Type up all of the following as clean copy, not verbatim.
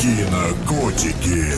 Кинокотики.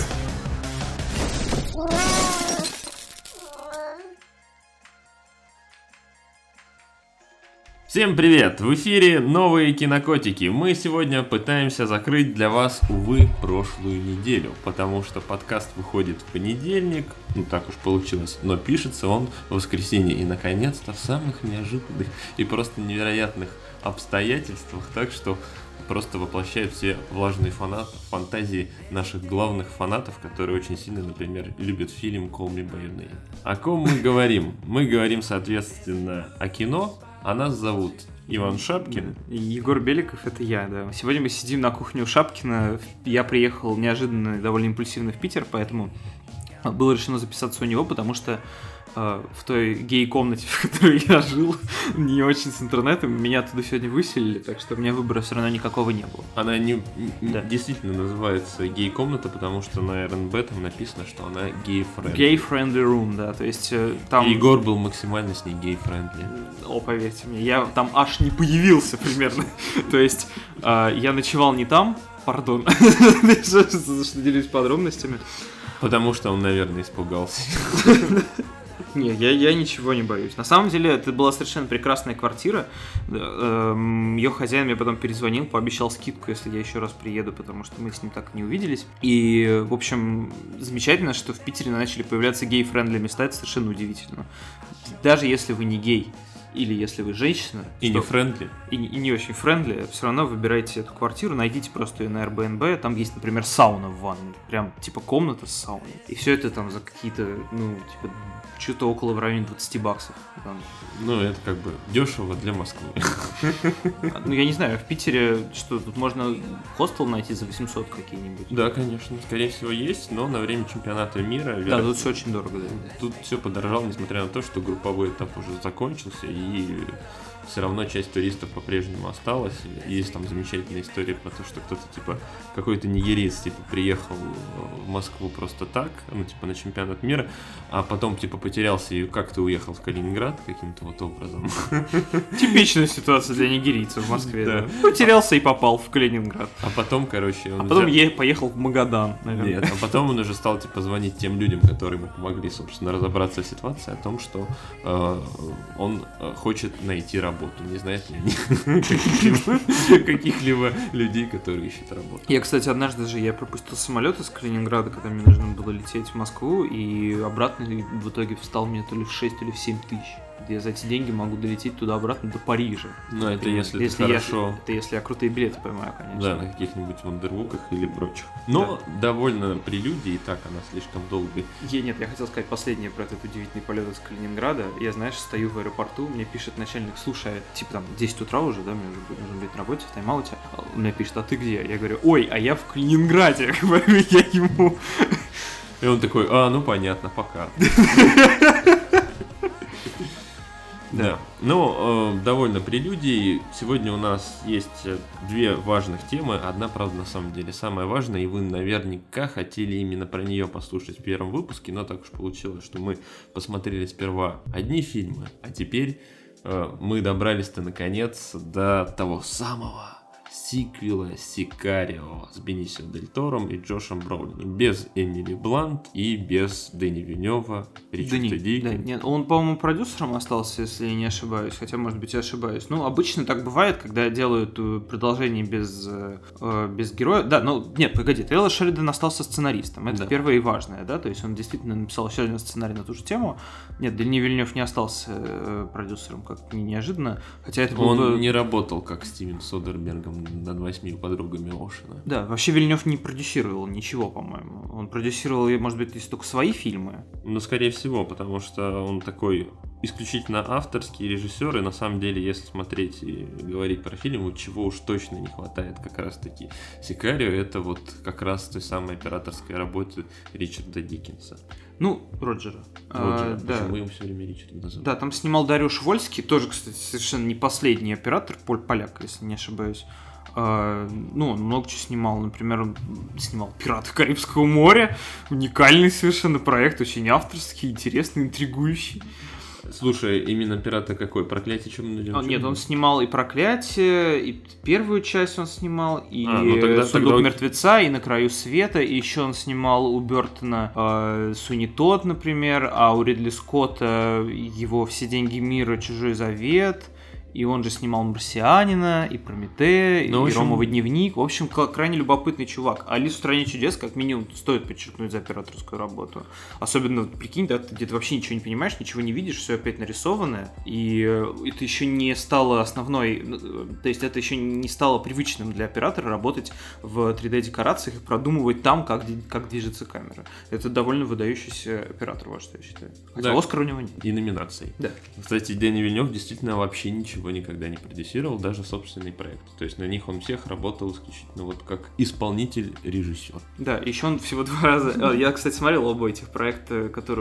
Всем привет! В эфире новые кинокотики. Мы сегодня пытаемся закрыть для вас, увы, прошлую неделю, потому что подкаст выходит в понедельник, так уж получилось, но пишется он в воскресенье, и наконец-то в самых неожиданных и просто невероятных обстоятельствах, так что просто воплощает все влажные фантазии наших главных фанатов, которые очень сильно, например, любят фильм Call Me By Your Name. О ком мы говорим? Мы говорим, соответственно, о кино, а нас зовут Иван Шапкин. Егор Беликов, это я, да. Сегодня мы сидим на кухне у Шапкина. Я приехал неожиданно и довольно импульсивно в Питер, поэтому было решено записаться у него, потому что в той гей-комнате, в которой я жил, не очень с интернетом, меня оттуда сегодня выселили, так что у меня выбора все равно никакого не было. Она действительно называется гей-комната, потому что на РНБ там написано, что она гей-френдли. Гей-френдли room, да, то есть там... И Егор был максимально с ней гей-френдли. О, поверьте мне, я там аж не появился примерно. То есть я ночевал не там, пардон, что делюсь подробностями. Потому что он, наверное, испугался. Нет, я ничего не боюсь. На самом деле, это была совершенно прекрасная квартира. Ее хозяин мне потом перезвонил, пообещал скидку, если я еще раз приеду, потому что мы с ним так и не увиделись. И, в общем, замечательно, что в Питере начали появляться гей-френдли места, это совершенно удивительно. Даже если вы не гей, или если вы женщина... И не френдли. И не очень френдли, все равно выбирайте эту квартиру, найдите просто ее на Airbnb, там есть, например, сауна в ванной, прям типа комната с сауной. И все это там за какие-то, что-то около в районе $20. Там. Это как бы дешево для Москвы. Я не знаю, в Питере что, тут можно хостел найти за 800 какие-нибудь? Да, конечно, скорее всего есть, но на время чемпионата мира... Да, тут все очень дорого, да. Тут все подорожало, несмотря на то, что групповой этап уже закончился, и все равно часть туристов по-прежнему осталась. Есть там замечательная история про то, что кто-то, какой-то нигериец, приехал в Москву просто так, на чемпионат мира, а потом, потерялся и как-то уехал в Калининград каким-то вот образом. Типичная ситуация для нигерийцев в Москве, да. Потерялся и попал в Калининград. А потом, он поехал в Магадан, наверное. Нет, а потом он уже стал, звонить тем людям, которые ему помогли, собственно, разобраться в ситуации, о том, что он хочет найти работу. Не знает ли они каких-либо людей, которые ищут работу. Я, кстати, однажды я пропустил самолет из Калининграда, когда мне нужно было лететь в Москву, и обратно в итоге встал мне то ли в 6, то ли в 7 тысяч. Я за эти деньги могу долететь туда-обратно до Парижа. Это если хорошо. Это если я крутые билеты поймаю, конечно. Да, на каких-нибудь Вандервуках или прочих. Но довольно прелюдия, и так она слишком долгая. Нет, я хотел сказать последнее про этот удивительный полет из Калининграда. Я, стою в аэропорту, мне пишет начальник: слушай, 10 утра уже, да, мне нужно быть на работе, в тайм-ауте. Он мне пишет: а ты где? Я говорю: ой, а я в Калининграде. Я ему... И он такой: понятно, пока. Да. Довольно прелюдий. Сегодня у нас есть две важных темы. Одна, правда, на самом деле самая важная, и вы наверняка хотели именно про нее послушать в первом выпуске, но так уж получилось, что мы посмотрели сперва одни фильмы, а теперь мы добрались-то наконец до того самого сиквела «Сикарио» с Бенисио Дель Тором и Джошем Бролином. Без Эмили Блант и без Дэни Вильнёва, Ричарда Дикинса. Нет, он, по-моему, продюсером остался, если я не ошибаюсь. Хотя, может быть, я ошибаюсь. Обычно так бывает, когда делают продолжение без героя. Да, нет, погоди, Тейлор Шеридан остался сценаристом. Это первое и важное, да? То есть он действительно написал еще один сценарий на ту же тему. Нет, Дэни Вильнёв не остался продюсером, как ни неожиданно. Хотя это он не работал, как Стивен Содербергом над 8 подругами Оушена. Да, вообще Вильнёв не продюсировал ничего, по-моему. Он продюсировал, может быть, только свои фильмы. Скорее всего, потому что он такой исключительно авторский режиссер, и на самом деле, если смотреть и говорить про фильм, чего уж точно не хватает как раз-таки «Сикарио», это вот как раз той самой операторской работы Ричарда Дикинса. Роджера. Да. Да. Мы его все время Ричард называем. Да, там снимал Дариуш Вольский, тоже, кстати, совершенно не последний оператор, поляк, если не ошибаюсь. Он много чего снимал. Например, он снимал «Пираты Карибского моря». Уникальный совершенно проект, очень авторский, интересный, интригующий. Слушай, именно «Пираты» какой? «Проклятие темного»? Нет, он снимал и «Проклятие», и первую часть он снимал, и «Сундук тогда... мертвеца», и «На краю света», и еще он снимал у Бёртона «Суни Тодд», например, а у Ридли Скотта его «Все деньги мира», «Чужой завет». И он же снимал «Марсианина», и «Прометея», и «Ромовый дневник». В общем, крайне любопытный чувак. «Алису в стране чудес» как минимум стоит подчеркнуть за операторскую работу. Особенно, прикинь, да, ты где-то вообще ничего не понимаешь, ничего не видишь, все опять нарисованное. И это еще не стало основной... То есть это еще не стало привычным для оператора работать в 3D-декорациях и продумывать там, как движется камера. Это довольно выдающийся оператор, вот что я считаю. Хотя да. Оскара у него нет. И номинаций. Да. Кстати, Дени Вильнёв действительно вообще ничего никогда не продюсировал, даже собственный проект. То есть на них он всех работал исключительно вот как исполнитель-режиссер. Да, еще он всего 2 раза... Я, кстати, смотрел оба этих проекта, которые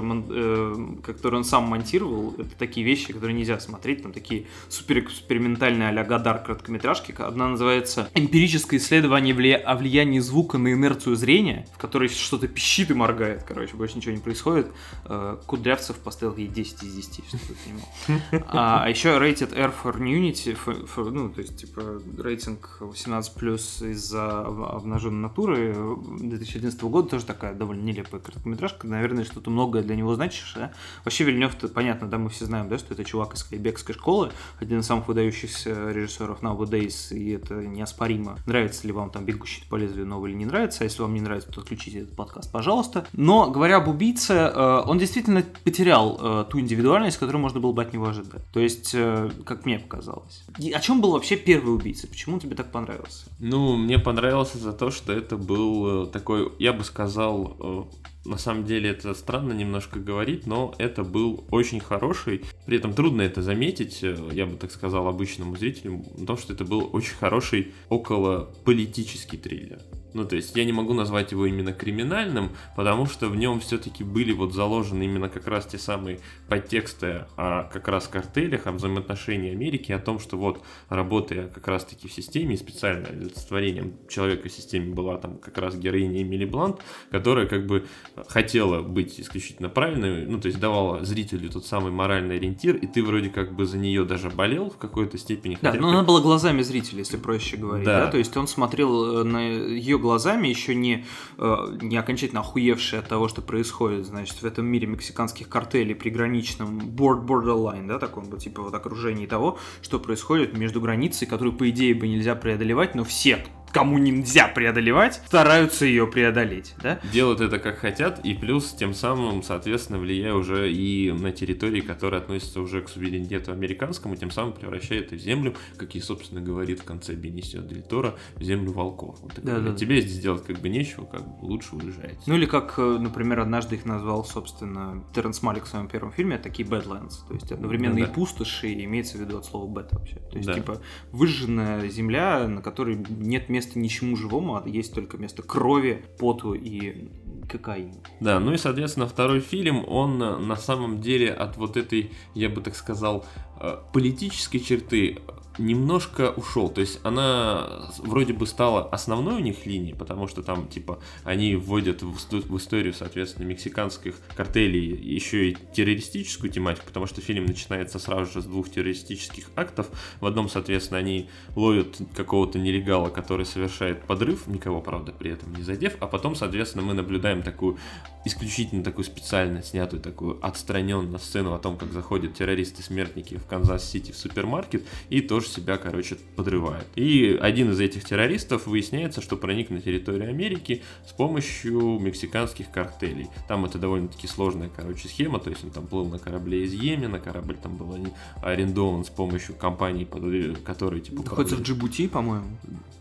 он сам монтировал. Это такие вещи, которые нельзя смотреть. Там такие суперэкспериментальные а-ля Годар короткометражки. Одна называется «Эмпирическое исследование о влиянии звука на инерцию зрения», в которой что-то пищит и моргает. Короче, больше ничего не происходит. Кудрявцев поставил ей 10 из 10, чтобы ты понимал. А еще Rated R for Nudity, ну, то есть, типа, рейтинг 18+, из-за обнаженной натуры 2011 года, тоже такая довольно нелепая короткометражка, наверное, что-то многое для него значишь, Вообще, Вильнёв-то, понятно, да, мы все знаем, да, что это чувак из Квебекской школы, один из самых выдающихся режиссеров nowadays, и это неоспоримо. Нравится ли вам там «Бегущий по лезвию» новый или не нравится, а если вам не нравится, то отключите этот подкаст, пожалуйста. Но, говоря об убийце, он действительно потерял ту индивидуальность, которую можно было бы от него ожидать. То есть, как мне показалось. И о чем был вообще первый убийца? Почему он тебе так понравился? Ну, мне понравился за то, что это был такой, я бы сказал, на самом деле это странно немножко говорить, но это был очень хороший, при этом трудно это заметить, я бы так сказал обычному зрителю, потому что это был очень хороший околополитический триллер. Ну, то есть я не могу назвать его именно криминальным, потому что в нем все-таки были вот заложены именно как раз те самые подтексты о как раз картелях, о взаимоотношении Америки, о том, что вот работая как раз-таки в системе, и специально олицетворением человека в системе была там как раз героиня Эмили Блант, которая как бы хотела быть исключительно правильной, ну, то есть давала зрителю тот самый моральный ориентир, и ты вроде как бы за нее даже болел в какой-то степени. Да, но она была глазами зрителя, если проще говорить, да, то есть он смотрел на ее глазами, еще не окончательно охуевший от того, что происходит, значит, в этом мире мексиканских картелей приграничном borderline, да, таком вот, типа вот окружении того, что происходит между границей, которую, по идее, бы нельзя преодолевать, но все, кому нельзя преодолевать, стараются ее преодолеть, да? Делают это как хотят, и плюс тем самым, соответственно, влияя уже и на территории, которые относятся уже к суверенитету американскому, тем самым превращая это в землю, как и, собственно, говорит в конце Бенисио дель Торо, в землю волков. Вот да. Тебе здесь делать как бы нечего, как бы лучше уезжайте. Ну или как, например, однажды их назвал, собственно, Терренс Малик в своем первом фильме, такие Badlands, то есть одновременно и пустоши, имеется в виду от слова bad вообще. То есть, типа, выжженная земля, на которой нет места ничему живому, а есть только место крови, поту и кокаину. Да, ну и, соответственно, второй фильм, он на самом деле от вот этой, я бы так сказал, политической черты немножко ушел, то есть она вроде бы стала основной у них линией, потому что там типа они вводят в историю, соответственно, мексиканских картелей еще и террористическую тематику, потому что фильм начинается сразу же с 2 террористических актов. В одном, соответственно, они ловят какого-то нелегала, который совершает подрыв, никого, правда, при этом не задев, а потом, соответственно, мы наблюдаем такую исключительно такую специально снятую, такую отстраненную сцену о том, как заходят террористы-смертники в Канзас-Сити в супермаркет и тоже себя, короче, подрывает. И один из этих террористов выясняется, что проник на территорию Америки с помощью мексиканских картелей. Там это довольно-таки сложная, короче, схема, то есть он там плыл на корабле из Йемена, корабль там был арендован с помощью компании, которые типа... Находится в Джибути, по-моему.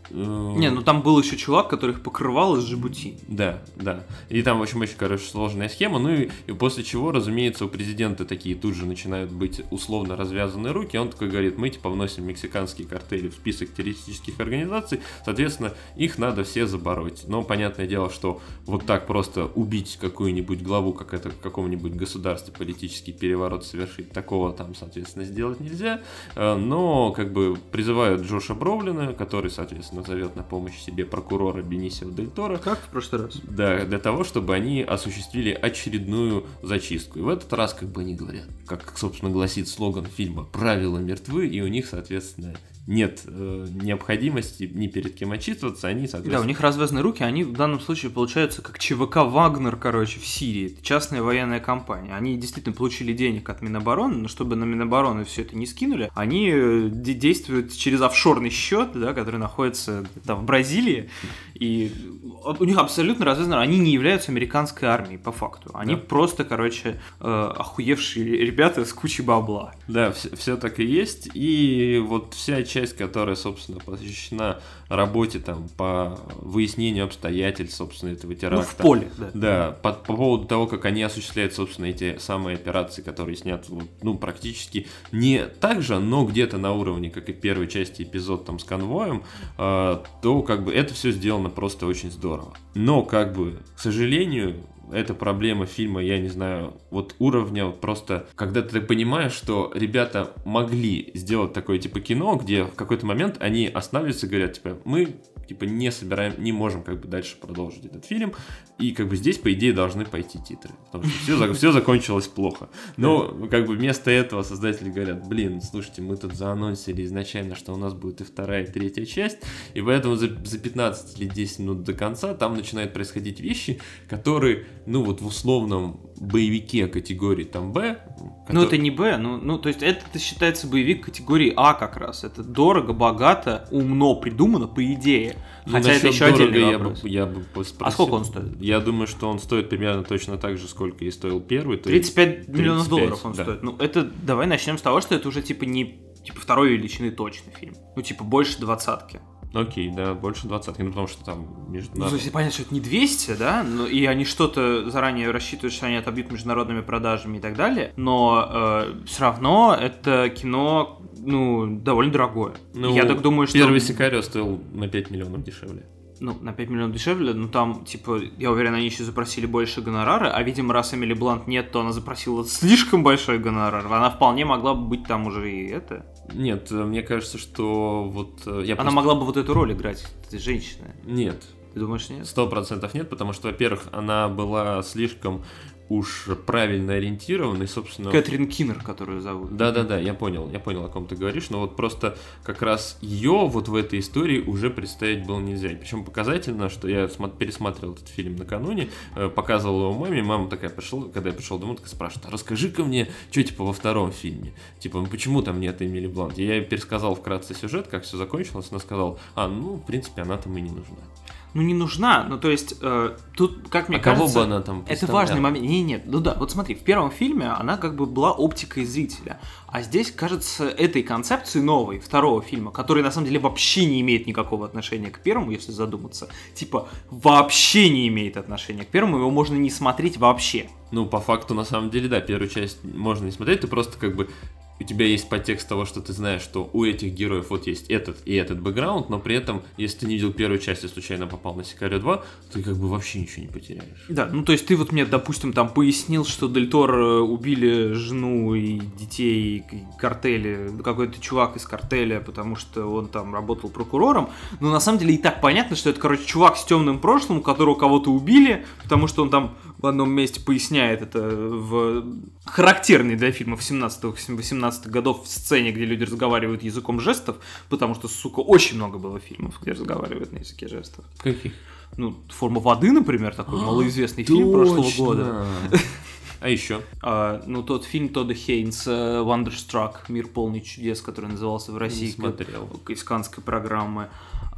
Не, ну там был еще чувак, который их покрывал из Джибути. Да, да. И там, в общем, очень, короче, сложная схема. Ну и после чего, разумеется, у президента такие тут же начинают быть условно развязаны руки. Он такой говорит, мы типа вносим мексиканские картели в список террористических организаций, соответственно, их надо все забороть. Но понятное дело, что вот так просто убить какую-нибудь главу, как это в каком-нибудь государстве политический переворот совершить, такого там, соответственно, сделать нельзя. Но как бы призывают Джоша Бролина, который, соответственно, зовет на помощь себе прокурора Бенисио Дель Торо. Как в прошлый раз? Да, для того, чтобы они осуществили очередную зачистку. И в этот раз, как бы они говорят, как, собственно, гласит слоган фильма, правила мертвы, и у них, соответственно, нет необходимости ни перед кем отчитываться, они, соответственно... Да, у них развязаны руки, они в данном случае получаются как ЧВК «Вагнер», короче, в Сирии. Это частная военная компания. Они действительно получили денег от Минобороны, но чтобы на Минобороны все это не скинули, они действуют через офшорный счет, да, который находится там в Бразилии, и у них абсолютно развязано, они не являются американской армией, по факту. Они просто, короче, охуевшие ребята с кучей бабла. Да, все так и есть, и вот вся часть, которая, собственно, посвящена работе там по выяснению обстоятельств, собственно, этого теракта. Ну, в поле, да. Да, по поводу того, как они осуществляют, собственно, эти самые операции, которые сняты, ну, практически не так же, но где-то на уровне, как и в первой части эпизод там с конвоем, то как бы это все сделано просто очень здорово. Но, как бы, к сожалению, это проблема фильма, я не знаю, вот уровня вот просто, когда ты понимаешь, что ребята могли сделать такое типа кино, где в какой-то момент они останавливаются и говорят, типа, мы типа не собираем, не можем как бы дальше продолжить этот фильм, и как бы здесь, по идее, должны пойти титры, потому что все закончилось плохо. Но как бы вместо этого создатели говорят, блин, слушайте, мы тут заанонсили изначально, что у нас будет и вторая, и третья часть, и поэтому за 15 или 10 минут до конца там начинают происходить вещи, которые, ну вот в условном боевике категории там Б. Ну это не Б, ну то есть это считается боевик категории А как раз. Это дорого, богато, умно придумано, по идее. Хотя это еще отдельный вопрос. Я бы спросил. А сколько он стоит? Я думаю, что он стоит примерно точно так же, сколько и стоил первый. 35 миллионов долларов он стоит. Ну это, давай начнем с того, что это уже типа не типа второй величины точно фильм. Ну типа больше 20-ки. Окей, да, больше 20, ну потому что там Ну, то есть понятно, что это не 200, да, и они что-то заранее рассчитывают, что они отобьют международными продажами и так далее, но все равно это кино, ну, довольно дорогое. Ну, я так думаю, что... Первый «Сикарио» стоил на 5 миллионов дешевле. Ну, на 5 миллионов дешевле, но там, типа, я уверен, они еще запросили больше гонорара, а, видимо, раз Эмили Блант нет, то она запросила слишком большой гонорар. Она вполне могла бы быть там уже и это. Нет, мне кажется, что вот... Она могла бы вот эту роль играть, этой женщины. Нет. Ты думаешь, нет? 100% нет, потому что, во-первых, она была слишком уж правильно ориентирована, и, собственно... Кэтрин Киннер, которую зовут. Да-да-да, я понял, о ком ты говоришь, но вот просто как раз ее вот в этой истории уже представить было нельзя. И причем показательно, что я пересматривал этот фильм накануне, показывал его маме, мама такая пришла, когда я пришел домой, такая спрашивает, а расскажи-ка мне, что типа во втором фильме, типа, ну почему там нет Эмили Блант? И я ей пересказал вкратце сюжет, как все закончилось, она сказала, ну, в принципе, она там и не нужна. Ну, не нужна, ну, то есть, тут, как мне кажется... кого бы она там это важный момент. Нет, ну да, вот смотри, в первом фильме она как бы была оптикой зрителя, а здесь, кажется, этой концепции новой, второго фильма, который на самом деле вообще не имеет никакого отношения к первому, если задуматься, типа, вообще не имеет отношения к первому, его можно не смотреть вообще. Ну, по факту, на самом деле, да, первую часть можно не смотреть, ты просто как бы... У тебя есть подтекст того, что ты знаешь, что у этих героев вот есть этот и этот бэкграунд, но при этом, если ты не видел первую часть и случайно попал на «Сикарио 2», ты как бы вообще ничего не потеряешь. Да, ну то есть ты вот мне, допустим, там пояснил, что Дель Торо убили жену и детей картеля, какой-то чувак из картеля, потому что он там работал прокурором, но на самом деле и так понятно, что это, короче, чувак с темным прошлым, у которого кого-то убили, потому что он там в одном месте поясняет это в характерной для фильмов 17-18 годов в сцене, где люди разговаривают языком жестов, потому что, сука, очень много было фильмов, где разговаривают на языке жестов. Каких? Ну, «Форма воды», например, такой малоизвестный фильм прошлого года. А еще? Ну, тот фильм Тодда Хейнса «Wonderstruck», «Мир полный чудес», который назывался в России из каннской программы.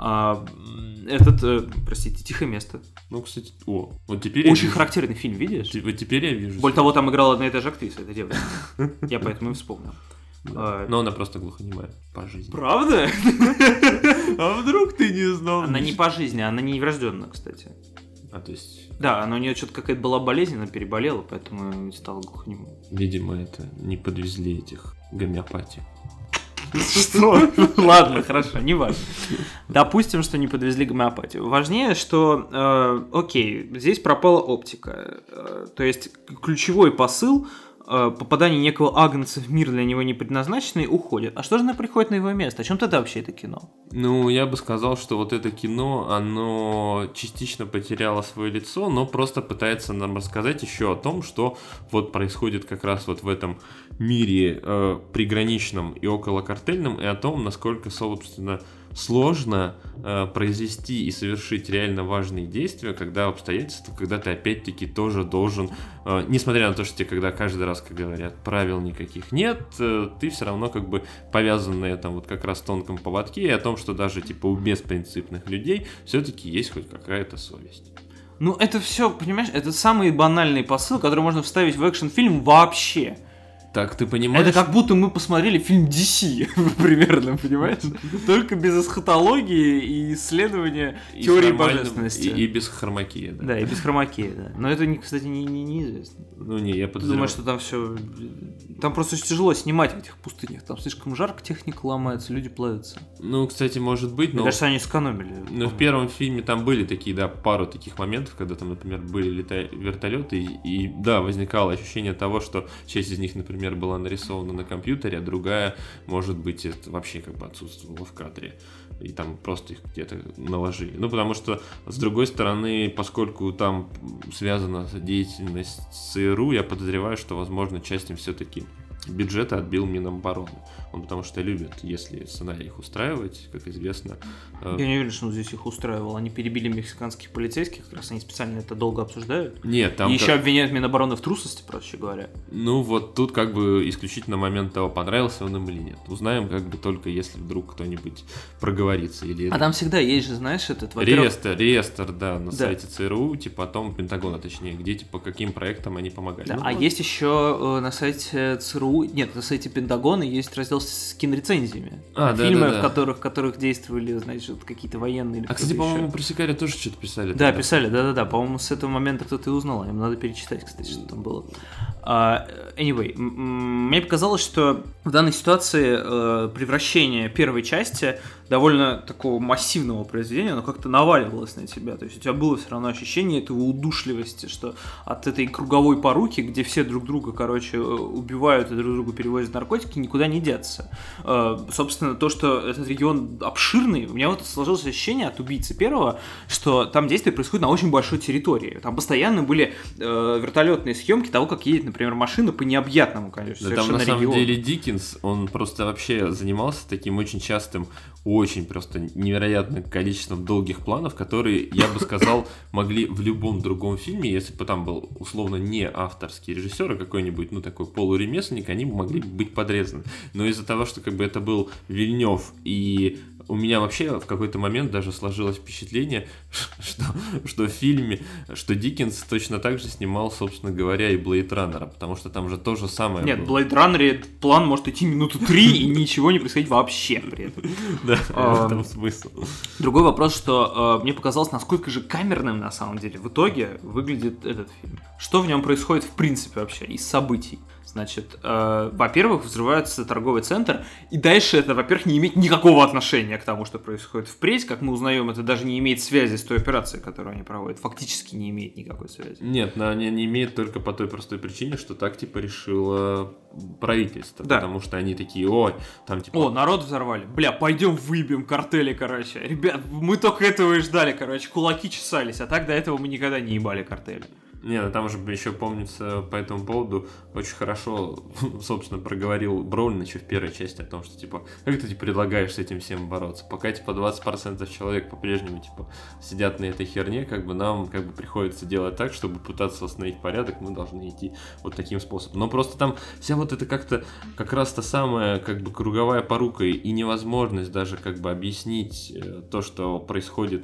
Простите, «Тихое место». Ну, кстати, вот теперь очень характерный фильм, видишь? Вот теперь я вижу. Более того, там играла одна и та же актриса, эта девушка. Я поэтому и вспомнил. Но она просто глухонемая по жизни. Правда? А вдруг ты не знал? Она не по жизни, она не врожденная, кстати. То есть... Да, но у нее что-то какая-то была болезнь, она переболела, поэтому стала глухонемой. Видимо, это не подвезли этих гомеопатий. Что? Ладно, хорошо, не важно. Допустим, что не подвезли гомеопатию. Важнее, что, окей, здесь пропала оптика. То есть ключевой посыл попадание некого Агнца в мир для него не предназначенный уходит. А что же приходит на его место? О чем тогда вообще это кино? Ну, я бы сказал, что вот это кино, оно частично потеряло свое лицо, но просто пытается нам рассказать еще о том, что вот происходит как раз вот в этом мире приграничном и околокартельном, и о том, насколько, собственно, сложно произвести и совершить реально важные действия, когда обстоятельства, когда ты опять-таки тоже должен, несмотря на то, что тебе когда каждый раз, как говорят, правил никаких нет, ты все равно как бы повязан на этом вот как раз тонком поводке, и о том, что даже типа у беспринципных людей все-таки есть хоть какая-то совесть. Ну это все, понимаешь, это самый банальный посыл, который можно вставить в экшн-фильм вообще. Так, ты понимаешь? Это как будто мы посмотрели фильм DC, примерно, понимаешь? Только без эсхатологии и исследования теории божественности. И без хромакея, да. Да, и без хромакея, да. Но это, кстати, неизвестно. Ну не, я подозреваю. Думаю, что там все... Там просто тяжело снимать в этих пустынях. Там слишком жарко, техника ломается, люди плавятся. Ну, кстати, может быть, но... Мне кажется, они сэкономили. Но в первом фильме там были такие, да, пару таких моментов, когда там, например, были вертолеты, и да, возникало ощущение того, что часть из них, например, была нарисована на компьютере, а другая, может быть, это вообще как бы отсутствовала в кадре. И там просто их где-то наложили. Ну, потому что, с другой стороны, поскольку там связана деятельность ЦРУ, я подозреваю, что, возможно, часть им все-таки бюджета отбил Минобороны. Он потому что любит, если сценарий их устраивать, как известно. Я не уверен, что он здесь их устраивал. Они перебили мексиканских полицейских, как раз они специально это долго обсуждают. Нет, там... И еще обвиняют Минобороны в трусости, проще говоря. Ну, вот тут как бы исключительно момент того, понравился он им или нет. Узнаем как бы только, если вдруг кто-нибудь проговорится. Или там всегда есть же, знаешь, этот... Реестр, да, на сайте ЦРУ, типа, потом Пентагона, точнее, где, типа, каким проектам они помогали. Да, ну, есть еще на сайте ЦРУ, нет, на сайте Пентагона есть раздел с кинорецензиями. Фильмы, в которых действовали, значит, какие-то военные. А, кстати, по-моему, про Сикари тоже что-то писали. Да, писали, да. По-моему, с этого момента кто-то и узнал. Им надо перечитать, кстати, что там было. Anyway, мне показалось, что в данной ситуации превращение первой части довольно такого массивного произведения, оно как-то наваливалось на тебя. То есть у тебя было все равно ощущение этого удушливости, что от этой круговой поруки, где все друг друга, убивают и друг другу перевозят наркотики, никуда не деться. Собственно, то, что этот регион обширный, у меня вот сложилось ощущение от убийцы первого, что там действие происходит на очень большой территории. Там постоянно были вертолетные съемки того, как едет, например, машина по необъятному, конечно, да, там на самом деле Диккенс, он просто вообще занимался таким очень частым, очень просто невероятным количеством долгих планов, которые, я бы сказал, могли в любом другом фильме, если бы там был условно не авторский режиссер, а какой-нибудь, ну, такой полуремесленник, они могли быть подрезаны. Но из-за того, что как бы это был Вильнёв, и у меня вообще в какой-то момент даже сложилось впечатление, что в фильме, что Диккенс точно так же снимал, собственно говоря, и Блейд Раннера, потому что там же то же самое Нет, было. в Блейд Раннере план может идти минуту 3 и ничего не происходить вообще при этом. Да, в этом смысл. Другой вопрос, что мне показалось, насколько же камерным на самом деле в итоге выглядит этот фильм. Что в нем происходит в принципе вообще из событий? Значит, во-первых, взрывается торговый центр, и дальше это, во-первых, не имеет никакого отношения к тому, что происходит впредь. Как мы узнаем, это даже не имеет связи с той операцией, которую они проводят. Фактически не имеет никакой связи. Нет, но они не имеют только по той простой причине, что так, типа, решило правительство. Да. Потому что они такие, ой, там, типа... О, народ взорвали. Бля, пойдем выбьем картели, короче. Ребят, мы только этого и ждали, короче. Кулаки чесались, а так до этого мы никогда не ебали картели. Не, ну там же еще, помнится, по этому поводу очень хорошо, собственно, проговорил Бролин еще в первой части о том, что, типа, как ты типа, предлагаешь с этим всем бороться? Пока, типа, 20% человек по-прежнему, типа, сидят на этой херне, как бы нам, как бы, приходится делать так, чтобы пытаться восстановить порядок, мы должны идти вот таким способом. Но просто там вся вот это как-то, как раз та самая, как бы, круговая порука и невозможность даже, как бы, объяснить то, что происходит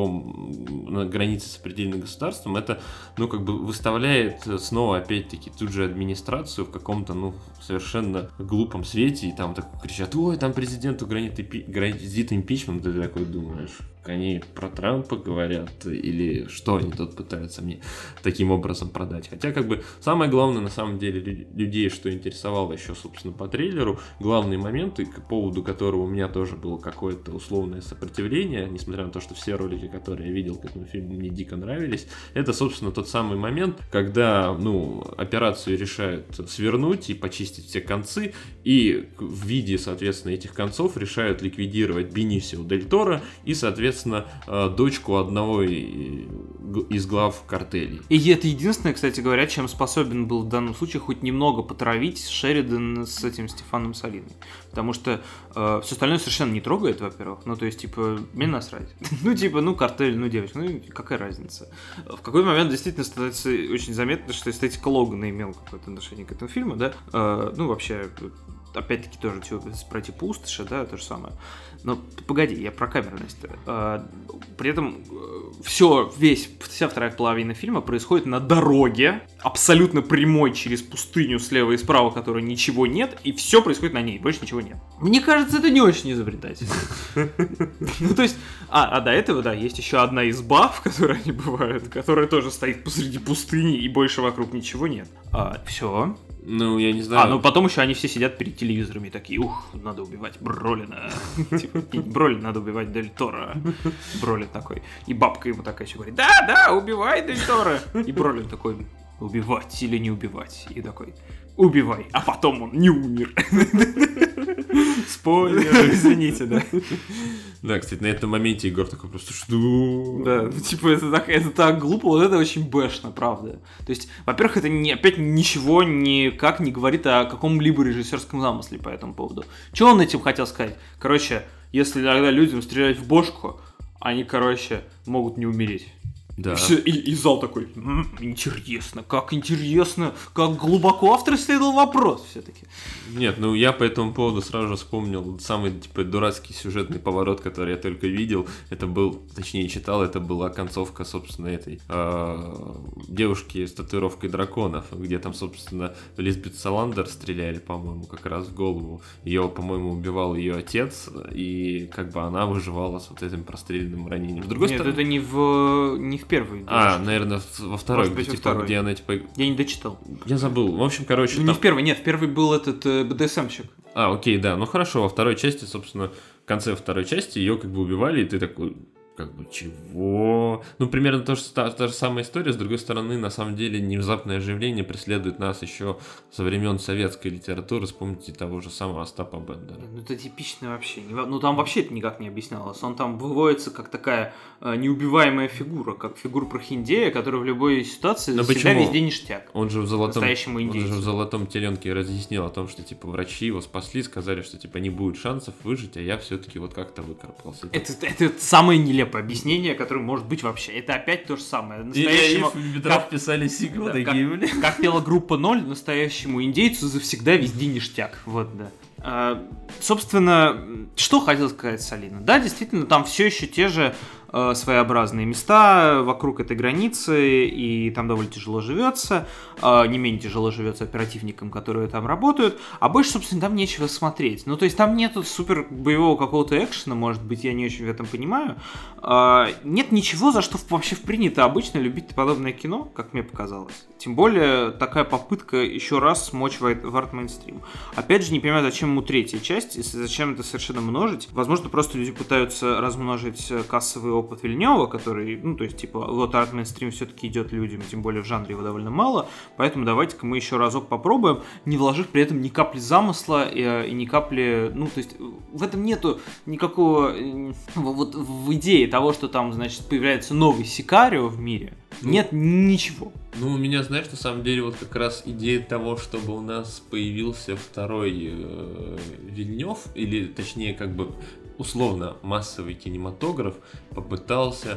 на границе с определенным государством, это, ну, как бы выставляет снова, опять-таки, тут же администрацию в каком-то, ну, совершенно глупом свете, и там так кричат, ой, там президенту грозит импичмент, ты такой думаешь, они про Трампа говорят, или что они тут пытаются мне таким образом продать. Хотя, как бы, самое главное, на самом деле, людей, что интересовало еще, собственно, по трейлеру, главный момент, и по поводу которого у меня тоже было какое-то условное сопротивление, несмотря на то, что все ролики, которые я видел к этому фильму, мне дико нравились, это, собственно, тот самый момент, когда, операцию решают свернуть и почистить все концы, и в виде, соответственно, этих концов решают ликвидировать Бенисио Дель Торо и, соответственно, дочку одного из глав картелей. И это единственное, кстати говоря, чем способен был в данном случае хоть немного потравить Шеридан с этим Стефаном Салиной. Потому что все остальное совершенно не трогает, во-первых. То есть, мне насрать. Картель, девочка, какая разница. В какой-то момент действительно становится очень заметно, что эстетика Логана имела какое-то отношение к этому фильму, да. Вообще, опять-таки, тоже про эти пустоши, да, то же самое. Но погоди, я про камерность. При этом вся вторая половина фильма происходит на дороге, абсолютно прямой через пустыню слева и справа, которой ничего нет, и все происходит на ней, больше ничего нет. Мне кажется, это не очень изобретательно. То есть, до этого, да, есть еще одна изба, в которой они бывают, которая тоже стоит посреди пустыни, и больше вокруг ничего нет. Все. Я не знаю. Потом еще они все сидят перед телевизорами и такие, надо убивать Бролина. Бролин надо убивать Дель Торо. Бролин такой. И бабка ему такая еще говорит, да, убивай Дель Торо. И Бролин такой, убивать или не убивать? И такой, убивай, а потом он не умер. Спойлер, извините, да. Да, кстати, на этом моменте Егор такой просто, что? Да, это так глупо, вот это очень бэшно, правда. То есть, во-первых, это опять ничего никак не говорит о каком-либо режиссерском замысле по этому поводу. Что он этим хотел сказать? Если иногда людям стрелять в бошку, они, могут не умереть. Да. И зал такой, интересно, как глубоко автор исследовал вопрос все-таки. Нет, я по этому поводу сразу же вспомнил самый, дурацкий сюжетный поворот, который я только видел. Это была концовка, собственно, этой девушки с татуировкой драконов, где там, собственно, Лизбет Саландер стреляли, по-моему, как раз в голову. Ее, по-моему, убивал ее отец, и она выживала с вот этим простреленным ранением. С другой стороны... это не в первой. Наверное, во второй, где она, Я не дочитал. Я забыл. В общем, Не в первой, нет, в первой был этот БДСМщик. Окей, да. Хорошо, во второй части, собственно, в конце второй части ее убивали, и ты такой... чего? Примерно та же самая история. С другой стороны, на самом деле, внезапное оживление преследует нас еще со времен советской литературы. Вспомните того же самого Остапа Бендера. Это типично вообще. Там вообще это никак не объяснялось. Он там выводится как такая неубиваемая фигура, как фигура прохиндея, которая в любой ситуации всегда везде ништяк. Он же в «Золотом теленке» разъяснил о том, что врачи его спасли, сказали, что не будет шансов выжить, а я все-таки как-то выкарабкался. Это самое нелепое объяснение, которое может быть вообще. Это опять то же самое. Настоящему... Как писали сиквел, такие, блин. Как пела группа 0, настоящему индейцу завсегда везде ништяк. Вот, да. Собственно, что хотел сказать Салина? Да, действительно, там все еще те же своеобразные места вокруг этой границы, и там довольно тяжело живется, не менее тяжело живется оперативникам, которые там работают, а больше, собственно, там нечего смотреть. То есть там нету супер боевого какого-то экшена, может быть, я не очень в этом понимаю. Нет ничего, за что вообще принято обычно любить подобное кино, как мне показалось. Тем более, такая попытка еще раз смочь в арт-мейнстрим. Опять же, не понимаю, зачем ему третья часть, зачем это совершенно множить. Возможно, просто люди пытаются размножить кассовый опыт Вильнёва, который, арт-мейнстрим все-таки идет людям, тем более в жанре его довольно мало, поэтому давайте-ка мы еще разок попробуем, не вложив при этом ни капли замысла и ни капли, в этом нету никакого, в идее того, что там, появляется новый Сикарио в мире, нет ничего. У меня, знаешь, на самом деле, как раз идея того, чтобы у нас появился второй Вильнёв, или, точнее, условно массовый кинематограф попытался,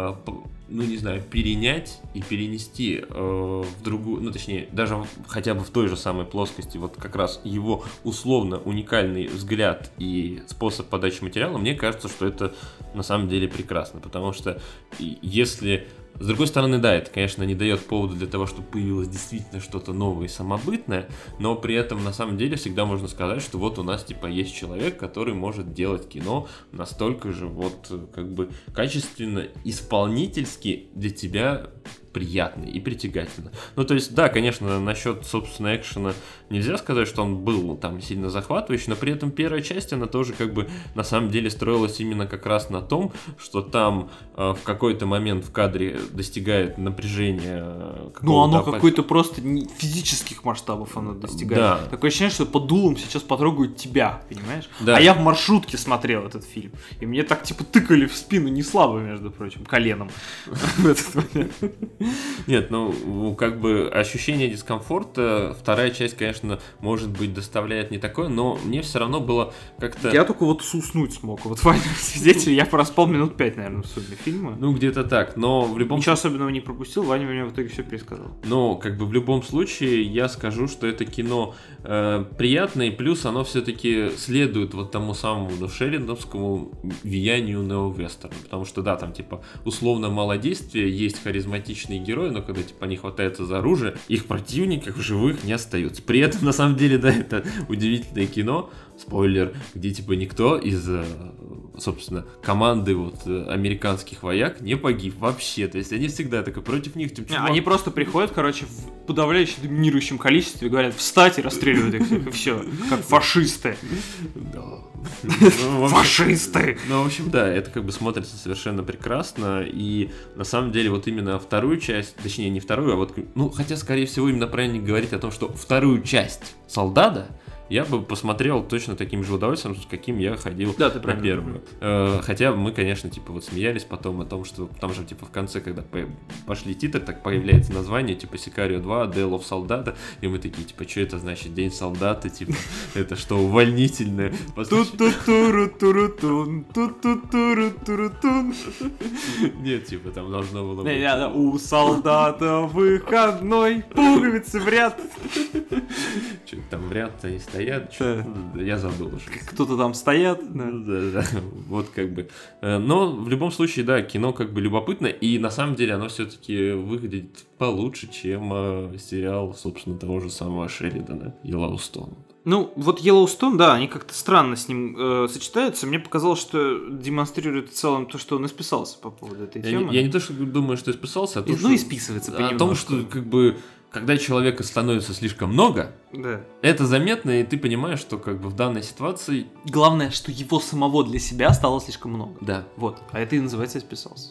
перенять и перенести в другую, даже хотя бы в той же самой плоскости, как раз его условно уникальный взгляд и способ подачи материала, мне кажется, что это на самом деле прекрасно, потому что если С другой стороны, да, это, конечно, не дает повода для того, чтобы появилось действительно что-то новое и самобытное, но при этом, на самом деле, всегда можно сказать, что вот у нас, типа, есть человек, который может делать кино настолько же вот, как бы, качественно, исполнительски для тебя приятно и притягательно. Ну, то есть, да, конечно, насчет, собственно, экшена нельзя сказать, что он был там сильно захватывающий, но при этом первая часть, она тоже как бы на самом деле строилась именно как раз на том, что там в какой-то момент в кадре достигает напряжения. Ну, оно какой-то просто физических масштабов оно достигает. Да. Такое ощущение, что под дулом сейчас потрогают тебя, понимаешь? Да. А я в маршрутке смотрел этот фильм, и мне так типа тыкали в спину не слабо, между прочим, коленом в этот момент. Нет, ну, как бы ощущение дискомфорта вторая часть, конечно, может быть, доставляет не такое, но мне все равно было как-то... Я только вот уснуть смог. Вот Ваня свидетель, я проспал минут 5, наверное, в сумме фильма. Ну, где-то так, но в любом... Ничего особенного не пропустил, Ваня мне в итоге все пересказал. Но, как бы, в любом случае, я скажу, что это кино приятное, и плюс оно все-таки следует вот тому самому шеллинговскому влиянию нео-вестерна, потому что, да, там, типа, условно мало действия, есть харизматичные герои, но когда типа они хватаются за оружие, их противников в живых не остается. При этом, на самом деле, да, это удивительное кино, спойлер, где типа никто из, собственно, команды вот американских вояк не погиб вообще. То есть они всегда такой против них. Типа, они просто приходят, короче, в подавляющем доминирующем количестве, говорят, встать и расстреливают их всех, и все, как фашисты. Фашисты! Ну, в общем, да, это как бы смотрится совершенно прекрасно, и на самом деле вот именно вторую часть, точнее не вторую, а вот, ну, хотя, скорее всего, именно правильно говорить о том, что вторую часть «Солдата» я бы посмотрел точно таким же удовольствием, с каким я ходил на первую. Хотя мы, конечно, типа вот смеялись потом о том, что там же типа в конце, когда пошли титры, так появляется название, типа Сикарио 2, Day of Солдата, и мы такие, типа, что это значит, День солдата, типа, это что, увольнительное? Нет, типа, там должно было быть... У солдата выходной, пуговицы в ряд. Что-то там в ряд они стоят. Я забыл уже. Кто-то там стоят. Да. Вот как бы. Но в любом случае, да, кино как бы любопытно, и на самом деле оно все-таки выглядит получше, чем сериал, собственно, того же самого Шеридана, Йеллоустон. Ну, вот Йеллоустон, да, они как-то странно с ним сочетаются. Мне показалось, что демонстрирует в целом то, что он исписался по поводу этой темы. Я не то, что думаю, что исписался, а то, что... Ну, и списывается понемножку. О том, что как бы... Когда человека становится слишком много, да, это заметно, и ты понимаешь, что как бы в данной ситуации... Главное, что его самого для себя стало слишком много. Да. Вот. А это и называется «исписался».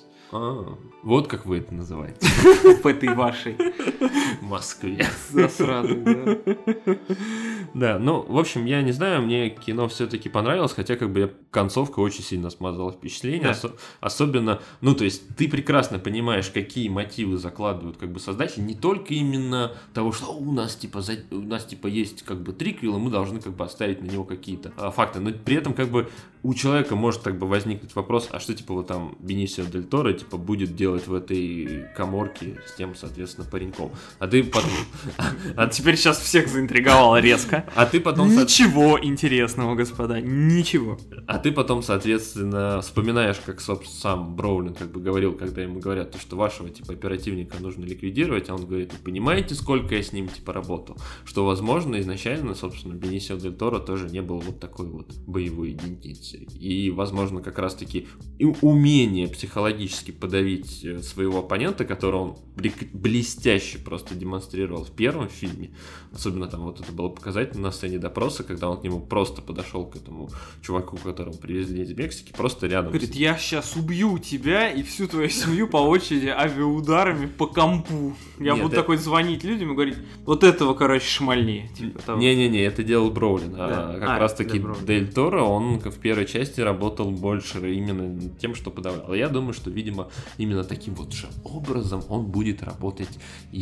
Вот как вы это называете. В этой вашей Москве. Засраной, да. Да, ну, в общем, я не знаю, мне кино все-таки понравилось, хотя как бы концовка очень сильно смазала впечатление, да. Особенно, ну, то есть ты прекрасно понимаешь, какие мотивы закладывают как бы создатели, не только именно того, что у нас типа есть как бы триквел, и мы должны как бы оставить на него какие-то факты, но при этом как бы у человека может как бы возникнуть вопрос, а что типа вот там Бенисио Дель Торо типа будет делать в этой каморке с тем, соответственно, пареньком. А ты потом... А теперь сейчас всех заинтриговало резко. А ты потом... Ничего интересного, господа, ничего. А ты потом, соответственно, вспоминаешь, как сам Броулин как бы говорил, когда ему говорят, что вашего типа оперативника нужно ликвидировать, а он говорит, вы понимаете, сколько я с ним типа работал? Что, возможно, изначально, собственно, Бенисио Дель Торо тоже не было вот такой вот боевой идентичности. И, возможно, как раз-таки умение психологически подавить своего оппонента, которого он блестяще просто демонстрировал в первом фильме, особенно там вот это было показательно на сцене допроса, когда он к нему просто подошел к этому чуваку, которого привезли из Мексики, просто рядом. Говорит, я сейчас убью тебя и всю твою семью по очереди авиаударами по компу. Я буду такой звонить людям и говорить, вот этого, короче, шмальни. Типа Не-не-не, это делал Броулин. Да. Как раз-таки Дель Торо, он в первой части работал больше именно тем, что подавлял. Я думаю, что, видимо, именно таким вот же образом он будет работать и в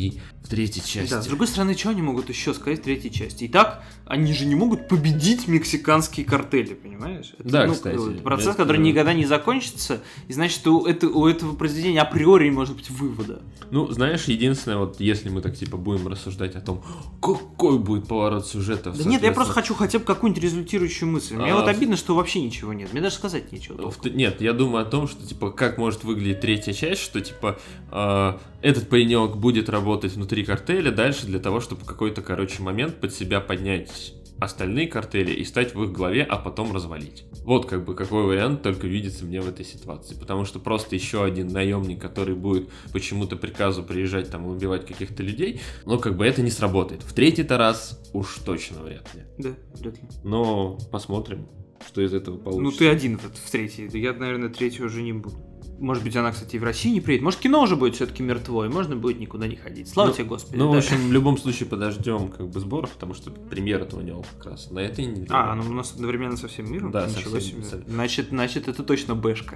третьей части. Да, с другой стороны, что они могут еще сказать в третьей части? Итак, они же не могут победить мексиканские картели, понимаешь? Это, Да, кстати. Процесс, который никогда не закончится, и значит, у этого произведения априори не может быть вывода. Ну, знаешь, единственное, вот если мы так типа будем рассуждать о том, какой будет поворот сюжета. Да нет, я просто хочу хотя бы какую-нибудь результирующую мысль. Мне вот обидно, что вообще ничего нет. Мне даже сказать нечего. Нет, я думаю о том, что типа как может выглядеть третья часть, что типа этот паренек будет работать внутри картеля дальше для того, чтобы в какой-то, момент под себя поднять остальные картели и стать в их главе, а потом развалить. Вот как бы какой вариант только видится мне в этой ситуации. Потому что просто еще один наемник, который будет почему-то приказу приезжать там и убивать каких-то людей, это не сработает. В третий-то раз уж точно вряд ли. Да, вряд ли. Но посмотрим, что из этого получится. Ну ты один в третий. Я, наверное, третью уже не буду. Может быть, она, кстати, и в России не приедет. Может, кино уже будет все-таки мертво, и можно будет никуда не ходить. Слава тебе, Господи. Ну, в общем, в любом случае подождем сборов, потому что премьера-то у него как раз на этой неделе. Ну у нас одновременно со всем миром? Да, ничего себе. Значит, это точно бэшка.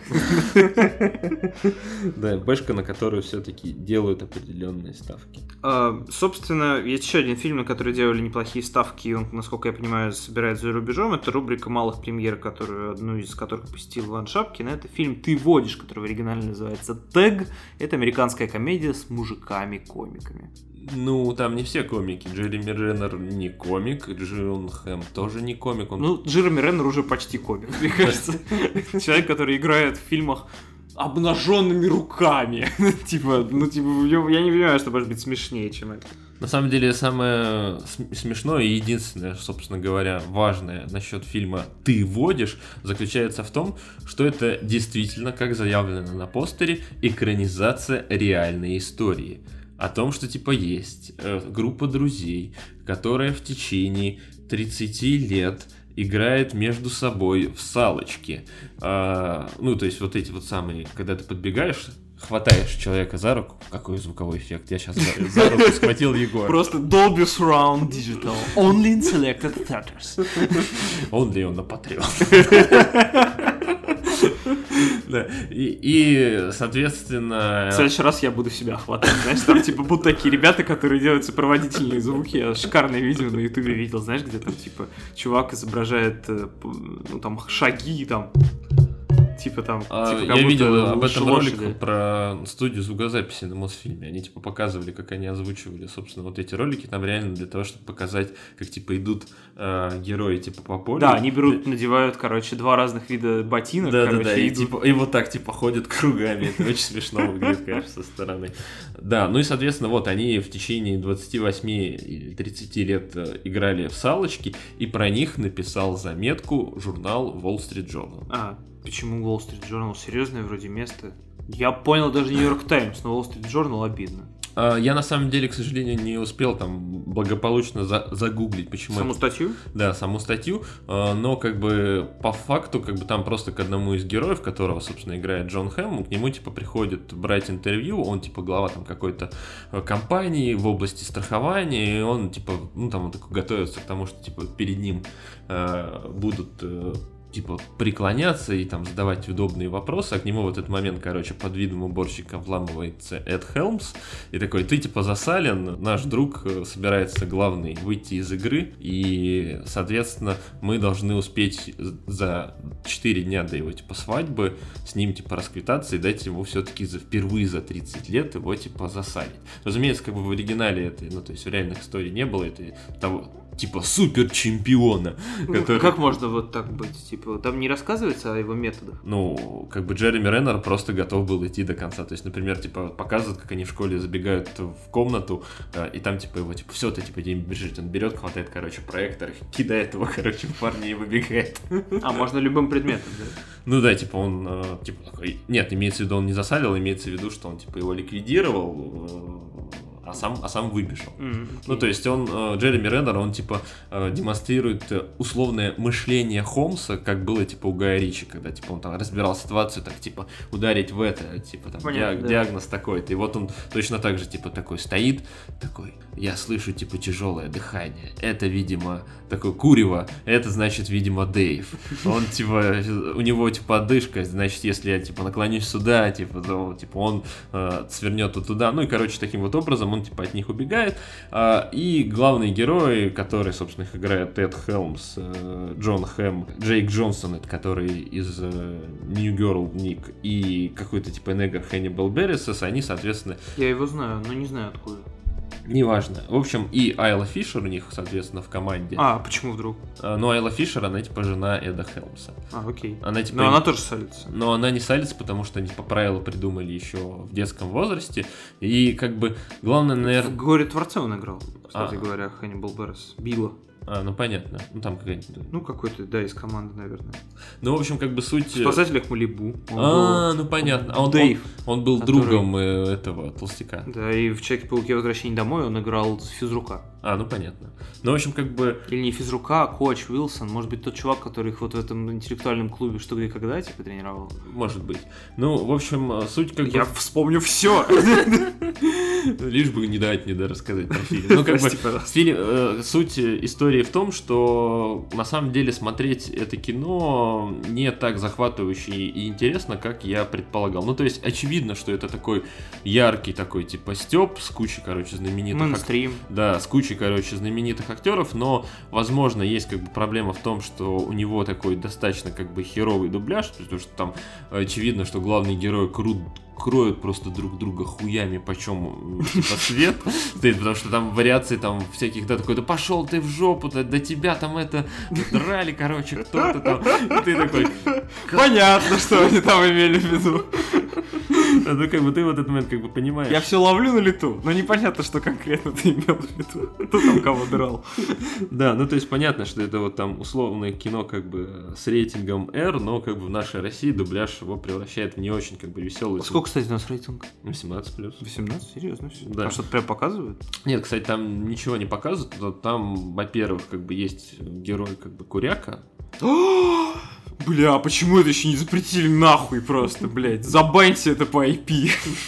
Да, бэшка, на которую все-таки делают определенные ставки. Собственно, есть еще один фильм, на который делали неплохие ставки, и он, насколько я понимаю, собирается за рубежом. Это рубрика малых премьер, одну из которых посетил Иван Шапкин. Это фильм «Ты водишь», который оригинально называется «Тэг». Это американская комедия с мужиками-комиками. Ну, там не все комики. Джереми Реннер не комик, Джон Хэм тоже не комик. Джереми Реннер уже почти комик, мне кажется. Человек, который играет в фильмах обнаженными руками. Я не понимаю, что может быть смешнее, чем это. На самом деле, самое смешное и единственное, собственно говоря, важное насчет фильма «Ты водишь» заключается в том, что это действительно, как заявлено на постере, экранизация реальной истории. О том, что есть группа друзей, которая в течение 30 лет играет между собой в салочки. То есть вот эти вот самые, когда ты подбегаешь, хватаешь человека за руку. Какой звуковой эффект? Я сейчас за руку схватил Егора. Просто Dolby Surround Digital. Only in selected theaters. Only on the Patreon. Да. И, соответственно... В следующий раз я буду себя хватать. Знаешь, там будут такие ребята, которые делают сопроводительные звуки. Я шикарное видео на ютубе видел. Знаешь, где там чувак изображает шаги там. Я видел об этом ролик про студию звукозаписи на Мосфильме. Они показывали, как они озвучивали, собственно, вот эти ролики. Там реально для того, чтобы показать, как идут герои по полю. Да, они надевают, два разных вида ботинок. Да, и вот так ходят кругами. Это очень смешно выглядит, конечно, со стороны. Да, ну и, соответственно, вот они в течение 28 или 30 лет играли в салочки, и про них написал заметку журнал Wall Street Journal. Почему Wall Street Journal? Серьезное вроде место. Я понял даже New York Times, но Wall Street Journal обидно. Я на самом деле, к сожалению, не успел там благополучно загуглить, почему. Саму статью? Да, саму статью, но по факту там просто к одному из героев, которого, собственно, играет Джон Хэм, к нему приходит брать интервью, он глава какой-то компании в области страхования, и он он такой готовится к тому, что перед ним будут преклоняться и задавать удобные вопросы, а к нему в этот момент, под видом уборщика вламывается Эд Хелмс и такой: ты засален, наш друг собирается главный выйти из игры, и, соответственно, мы должны успеть за 4 дня до его свадьбы с ним расквитаться и дать ему все-таки впервые за 30 лет его засалить. Разумеется, в оригинале это, то есть в реальных историях не было того супер чемпиона. Который... Как можно вот так быть? Там не рассказывается о его методах? Джереми Реннер просто готов был идти до конца. То есть, например, показывают, как они в школе забегают в комнату, и там его, все, ты не бежишь. Он берет, хватает, проектор, кидает его, в парня и выбегает. Можно любым предметом, да? Ну да, он, такой... Нет, имеется в виду, он не засалил, имеется в виду, что он, его ликвидировал, а сам выбежал. Ну, то есть Джереми Реннер, он демонстрирует условное мышление Холмса, как было у Гая Ричи, когда он разбирал ситуацию, так ударить в это, понятно, диагноз такой-то. И вот он точно так же такой стоит, такой: я слышу тяжелое дыхание. Это, видимо, такое курево, это значит, видимо, Дэйв. Он у него одышка, значит, если я наклонюсь сюда, то он свернет туда. Ну и, таким вот образом он типа от них убегает. И главные герои, которые, собственно, их играют Тед Хелмс, Джон Хэм, Джейк Джонсон, это который из New Girl Ник, и какой-то типа негр Хэннибал Беррисес, они, соответственно... Я его знаю, но не знаю откуда. Неважно. В общем, и Айла Фишер у них, соответственно, в команде. Почему вдруг? Но Айла Фишер, она типа жена Эда Хелмса. Окей. Она, типа, но она тоже солится. Но она не солится, потому что они по правилу придумали еще в детском возрасте. И как бы главное, наверное... В «Горе-творце» он играл, кстати говоря, Хэннибал Беррис. Билла. Ну понятно. Ну там какая-нибудь... Ну какой-то, да, из команды, наверное. Ну, в общем, как бы суть... В «Спасателях Малибу». Ну понятно. Дэйв. Он был другом этого толстяка. Да, и в «Человеке-пауке. Возвращение домой» он играл физрука. Ну понятно. Ну, в общем, как бы... Или не физрука, а коуч Уилсон. Может быть, тот чувак, который их вот в этом интеллектуальном клубе «Что, где, когда» типа тренировал. Может быть. Ну, в общем, суть как бы... Я вспомню все. Лишь бы не дать мне рассказать про фильм. Ну, как бы, суть истории в том, что на самом деле смотреть это кино не так захватывающе и интересно, как я предполагал. Ну, то есть, очевидно, что это такой яркий такой, типа, стёб с кучей, короче, знаменитых... Мейнстрим. Да, с кучей, короче, знаменитых актеров, но, возможно, есть как бы проблема в том, что у него такой достаточно как бы херовый дубляж, потому что там очевидно, что главный герой кроют просто друг друга хуями, почем типа свет стоит, потому что там вариации там всяких, да, такой, да пошел ты в жопу, до тебя там это драли, короче, кто-то там, и ты такой... Понятно, что они там имели в виду. Ну, как бы ты в этот момент как бы понимаешь. Я все ловлю на лету, но непонятно, что конкретно ты имел в виду. Кто там кого драл. Да, ну то есть понятно, что это вот там условное кино как бы с рейтингом R, но как бы в нашей России дубляж его превращает в не очень как бы веселый. Сколько, кстати, у нас рейтинг? 18+. 18? Серьезно? Да. А что-то прям показывают? Нет, кстати, там ничего не показывают, но там, во-первых, как бы есть герой как бы Куряка. Бля, почему это еще не запретили нахуй просто, блядь? Забаньте это по IP.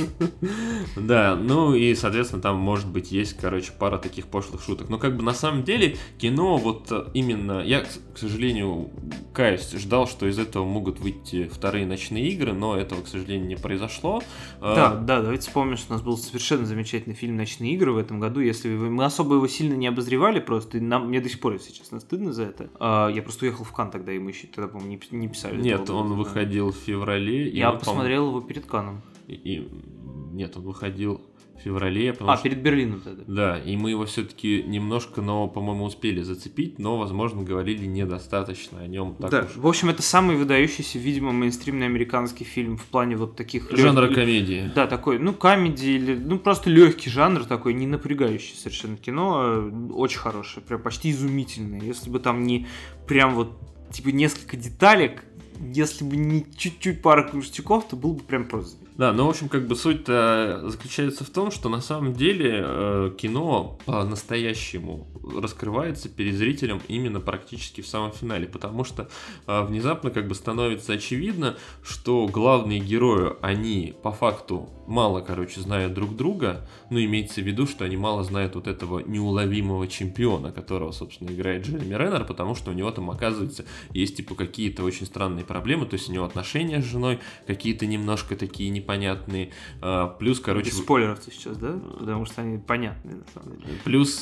Да, ну и, соответственно, там, может быть, есть, короче, пара таких пошлых шуток. Но как бы на самом деле кино вот именно... Я, к сожалению, каюсь, ждал, что из этого могут выйти вторые «Ночные игры», но этого, к сожалению, не произошло. Да, давайте вспомним, что у нас был совершенно замечательный фильм «Ночные игры» в этом году. Если мы особо его сильно не обозревали просто, мне до сих пор, если честно, стыдно за это. Я просто уехал в Канн тогда, и мы еще тогда, по-моему, не писали. Нет, он выходил в феврале. Я посмотрел его перед Канном. Нет, он выходил в феврале. Перед Берлином тогда. Да, и мы его все-таки немножко, но, по-моему, успели зацепить, но, возможно, говорили недостаточно о нем. Так да, уж. В общем, это самый выдающийся, видимо, мейнстримный американский фильм в плане вот таких... Жанра комедии. Да, такой, комедии или, просто легкий жанр такой, не напрягающий совершенно кино, очень хорошее, прям почти изумительное. Если бы там не прям вот, типа, несколько деталек, если бы не чуть-чуть пара кружтяков, то был бы прям просто. Да, ну, в общем, как бы суть-то заключается в том, что на самом деле кино по-настоящему раскрывается перед зрителем именно практически в самом финале, потому что внезапно как бы становится очевидно, что главные герои, они по факту мало, короче, знают друг друга, ну, имеется в виду, что они мало знают вот этого неуловимого чемпиона, которого, собственно, играет Джереми Реннер, потому что у него там, оказывается, есть, типа, какие-то очень странные проблемы, то есть у него отношения с женой какие-то немножко такие непонятные, плюс, короче... Без спойлеров-то сейчас, да? Потому что они понятные, на самом деле.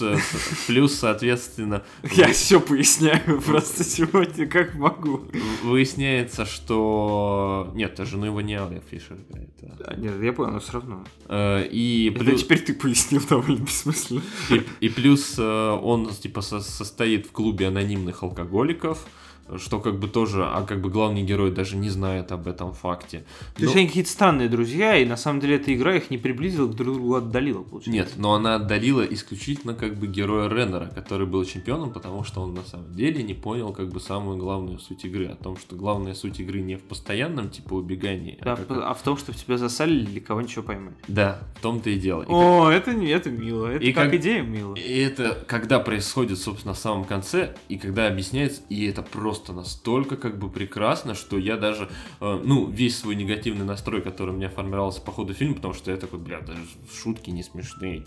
Плюс, соответственно... Я все поясняю просто сегодня, как могу. Выясняется, что... Нет, жену его не Айла Фишер играет. Нет, я понял, но все равно. И плюс... теперь ты пояснил довольно бессмысленно. И плюс он, типа, состоит в клубе анонимных алкоголиков, что как бы тоже, как бы главный герой даже не знает об этом факте. То есть они какие-то странные друзья, и на самом деле эта игра их не приблизила, друг другу отдалила, получается. Нет, но она отдалила исключительно как бы героя Реннера, который был чемпионом, потому что он на самом деле не понял как бы самую главную суть игры, о том, что главная суть игры не в постоянном типа убегании. Да, а в том, что в тебя засалили или кого ничего поймать. Да, в том-то и дело. Это мило, это и как идея мило. И это когда происходит, собственно, в самом конце, и когда объясняется, и это просто просто настолько как бы прекрасно, что я даже, весь свой негативный настрой, который у меня формировался по ходу фильма, потому что я такой, даже шутки не смешные,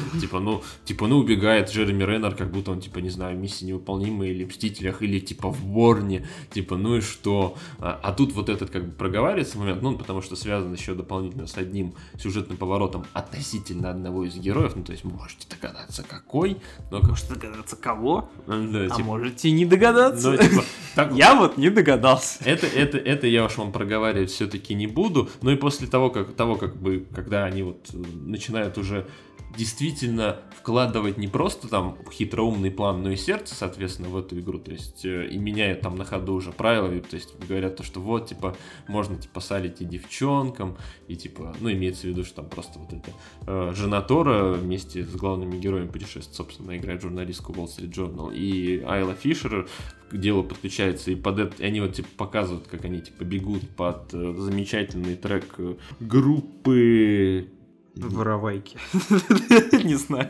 убегает Джереми Реннер, как будто он, не знаю, миссия невыполнимая или Мстителях, или, в Борне, ну и что? А тут вот этот, как бы, проговаривается момент, потому что связан еще дополнительно с одним сюжетным поворотом относительно одного из героев, то есть можете догадаться, какой, но... Можете догадаться, кого? Да, можете не догадаться. Я вот не догадался. Это я уж вам проговаривать все-таки не буду, но и после того, когда они вот начинают уже действительно вкладывать не просто там хитроумный план, но и сердце, соответственно, в эту игру, то есть и меняют там на ходу уже правила, то есть говорят то, что вот, можно, салить и девчонкам, и, имеется в виду, что там просто вот эта жена Тора вместе с главными героями путешествует, собственно, играет журналистку Wall Street Journal, и Айла Фишер к делу подключается, и они показывают, как они, бегут под замечательный трек группы... Воровайки. Не знаю.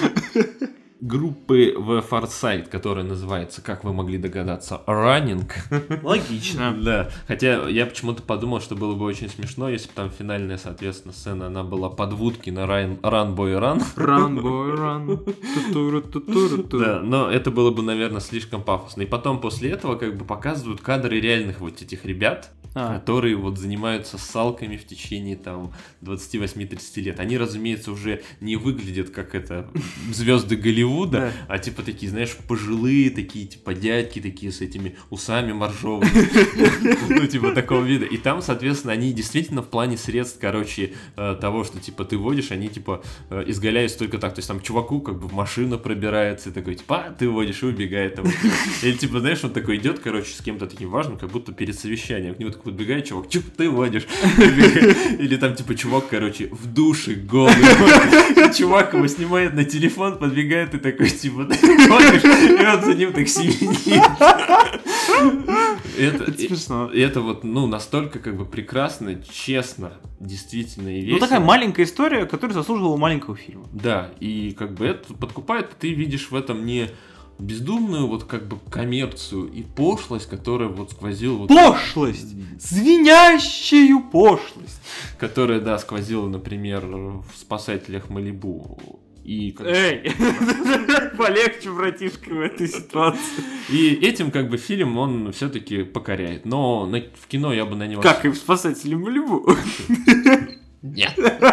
Группы в Farsight, которая называется, как вы могли догадаться, Running. Логично. Да, хотя я почему-то подумал, что было бы очень смешно, если бы там финальная, соответственно, сцена, она была подводки на Run Boy Run. Run Boy Run. Да, но это было бы, наверное, слишком пафосно. И потом после этого как бы показывают кадры реальных вот этих ребят, которые вот занимаются ссалками в течение там 28-30 лет. Они, разумеется, уже не выглядят как звезды Голливуда, а такие, знаешь, пожилые, такие, дядьки, такие с этими усами моржовыми. Такого вида. И там, соответственно, они действительно в плане средств, того, что, ты водишь, они, изгаляются только так. То есть там чуваку как бы в машину пробирается, и такой, ты водишь, и убегает. Или, знаешь, он такой идет, с кем-то таким важным, как будто перед совещанием. К нему такой подбегает чувак, ты водишь. Или там, чувак, в душе голый. Чувак его снимает на телефон, подбегает и такой, ты водишь, и он за ним так семенит. Это смешно. Это вот, настолько как бы прекрасно, честно, действительно и весело. Такая маленькая история, которая заслуживала маленького фильма. Да, и как бы это подкупает, ты видишь в этом не бездумную вот как бы коммерцию и пошлость, которая вот сквозила... Пошлость! Звенящую пошлость! Которая, да, сквозила, например, в «Спасателях Малибу». Эй! Полегче, братишка, в этой ситуации. И этим как бы фильм он все-таки покоряет. Но в кино я бы на него... Как и в «Спасателях Малибу». Нет.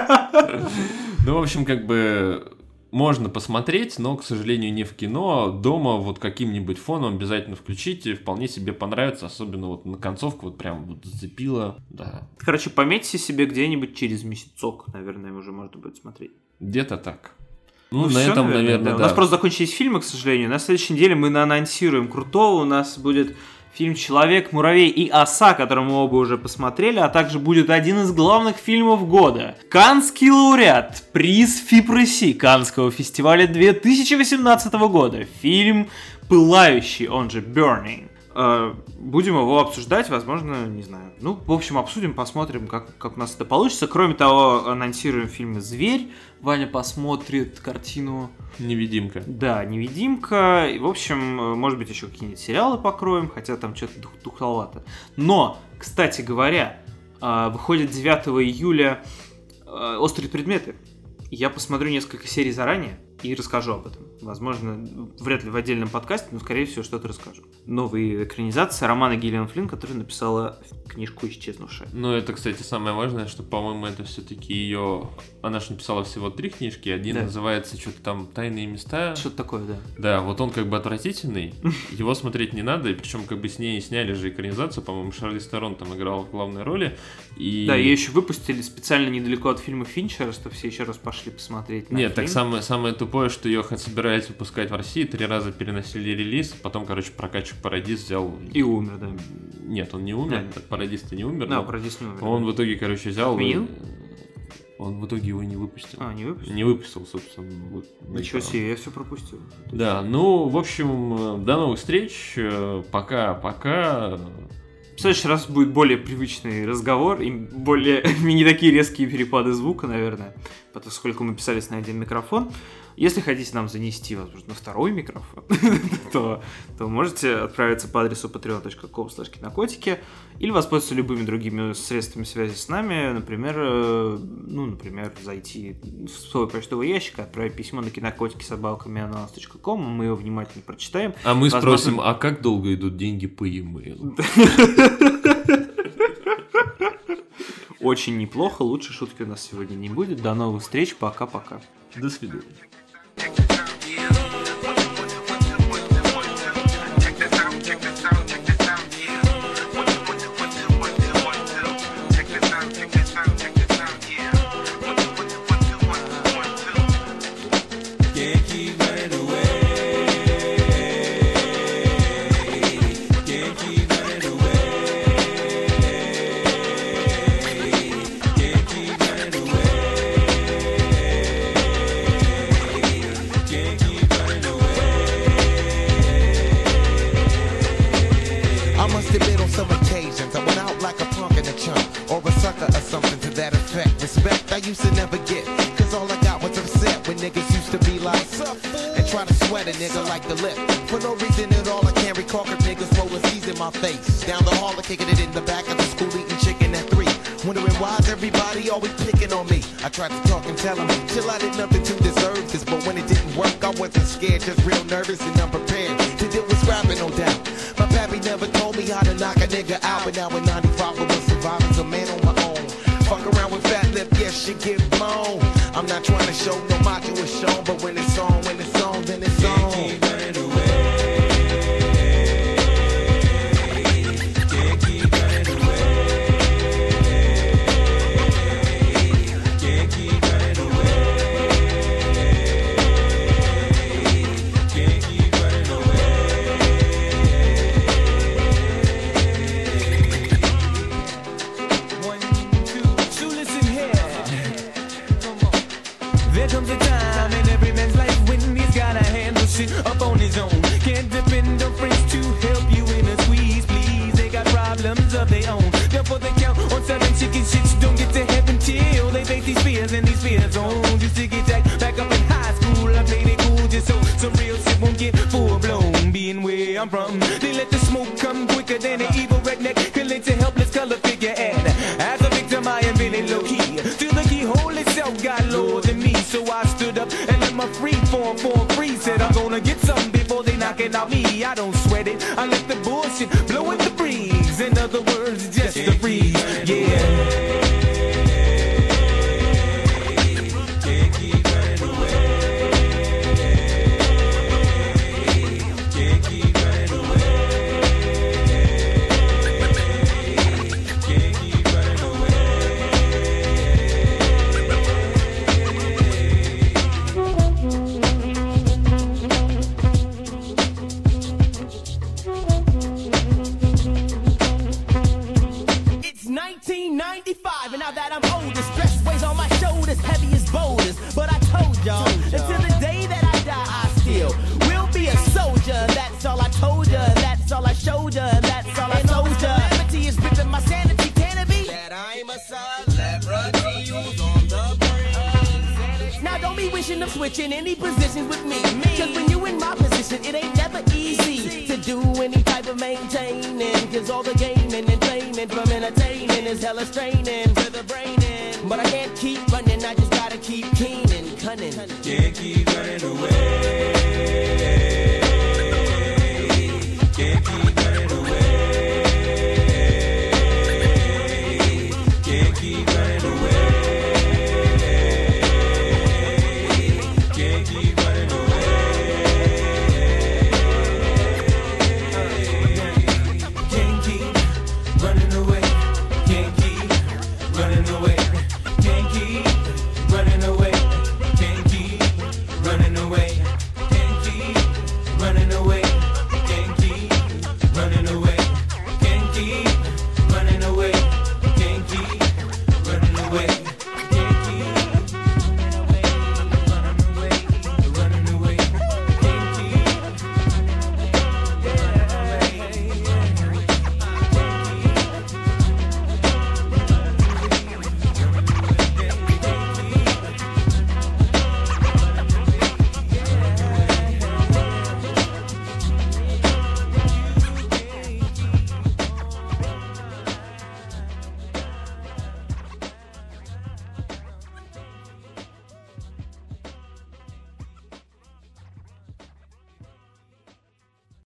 В общем, как бы... Можно посмотреть, но, к сожалению, не в кино. Дома вот каким-нибудь фоном обязательно включите. Вполне себе понравится. Особенно вот на концовку вот прям вот зацепило. Да. Пометьте себе где-нибудь через месяцок, наверное, уже можно будет смотреть. Где-то так. На этом, наверное, да. У нас просто закончились фильмы, к сожалению. На следующей неделе мы анонсируем крутого. У нас будет... фильм «Человек, муравей и оса», который мы оба уже посмотрели, а также будет один из главных фильмов года. Каннский лауреат, приз ФИПРОСИ Каннского фестиваля 2018 года. Фильм «Пылающий», он же «Burning». Будем его обсуждать, возможно, не знаю. В общем, обсудим, посмотрим, как у нас это получится. Кроме того, анонсируем фильм «Зверь». Ваня посмотрит картину... «Невидимка». Да, «Невидимка». И, в общем, может быть, еще какие-нибудь сериалы покроем, хотя там что-то духовато. Но, кстати говоря, выходит 9 июля «Острые предметы». Я посмотрю несколько серий заранее и расскажу об этом. Возможно, вряд ли в отдельном подкасте, но, скорее всего, что-то расскажу. Новая экранизация романа Гиллиан Флинн, которая написала книжку «Исчезнувшая». Это, кстати, самое важное, что, по-моему, это все-таки ее... Она же написала всего 3 книжки. Один называется что-то там «Тайные места». Что-то такое, да. Да, вот он как бы отвратительный. Его смотреть не надо. И причем как бы с ней сняли же экранизацию. По-моему, Шарлиз Терон там играла в главной роли. Да, ее еще выпустили специально недалеко от фильма Финчера, чтобы все еще раз пошли посмотреть на Нет, фильм. так самое тупое, что ее собирались выпускать в России, 3 раза переносили релиз, потом, прокачик Парадис взял... И умер, да. Нет, он не умер, да. Парадис-то не умер. Да, Парадис не умер. Он в итоге, взял... Отменил? Он в итоге его не выпустил. Не выпустил? Не выпустил, собственно. Ничего себе, я все пропустил. Да, в общем, до новых встреч, пока-пока. В следующий раз будет более привычный разговор и более не такие резкие перепады звука, наверное. поскольку мы писались на один микрофон. Если хотите нам занести, возможно, на второй микрофон, то можете отправиться по адресу patreon.com/кинокотики или воспользоваться любыми другими средствами связи с нами, например, зайти в свой почтовый ящик, отправить письмо на кинокотики@meannounce.com, мы его внимательно прочитаем. А мы спросим, а как долго идут деньги по e-mail? Очень неплохо, лучше шутки у нас сегодня не будет. До новых встреч, пока-пока. До свидания. Respect I used to never get, cause all I got was upset when niggas used to be like, and try to sweat a nigga like the lip. For no reason at all, I can't recall cause niggas roll a C's in my face. Down the hall, kicking it in the back of the school, eating chicken at 3. Wondering why's everybody always picking on me. I tried to talk and tell them, chill, I did nothing to deserve this. But when it didn't work, I wasn't scared, just real nervous and unprepared to deal with scrapping, no doubt. My pappy never told me how to knock a nigga out, but now in 95 I was surviving, a man on my own. Fuck around with fat lip, yes, shit get blown. I'm not trying to show no macho is shown, but when it's on, then it's on. Keep running away. Can't keep running away. Can't keep running away. Can't keep running away. There comes a time in every man's life when he's gotta handle shit up on his own. Can't depend on friends to help you in a squeeze, please. They got problems of their own. Therefore they count on selling chicken shits. Don't get to heaven till they face these fears and these fears on. Just to get back up in high school, I played it cool just so some real shit won't get full blown. Being where I'm from, they let the smoke come quicker than an evil redneck can let a helpless color figure. And as a victim, I am really low key. Till the keyhole itself got lower than me. So I stood up and let my free form free. Said I'm gonna get something before they knocking out me. I don't sweat it, I let the bullshit blow in the breeze. In other words, just the breeze, yeah. And now that I'm older, stress weighs on my shoulders, heavy as boulders. But I told y'all, until the day that I die, I still will be a soldier. That's all I told ya, that's all I showed ya, that's all I told ya. Calamity is ripping my sanity, can it be? That I'm a celebrity who's on the brink. Now don't be wishing of switching any positions with me. Cause when you in my position, it ain't never easy to do any type of maintaining. Cause all the gaming and training from entertaining is hella straining to the brain in. But I can't keep running, I just gotta keep keen and cunning. Can't keep running away.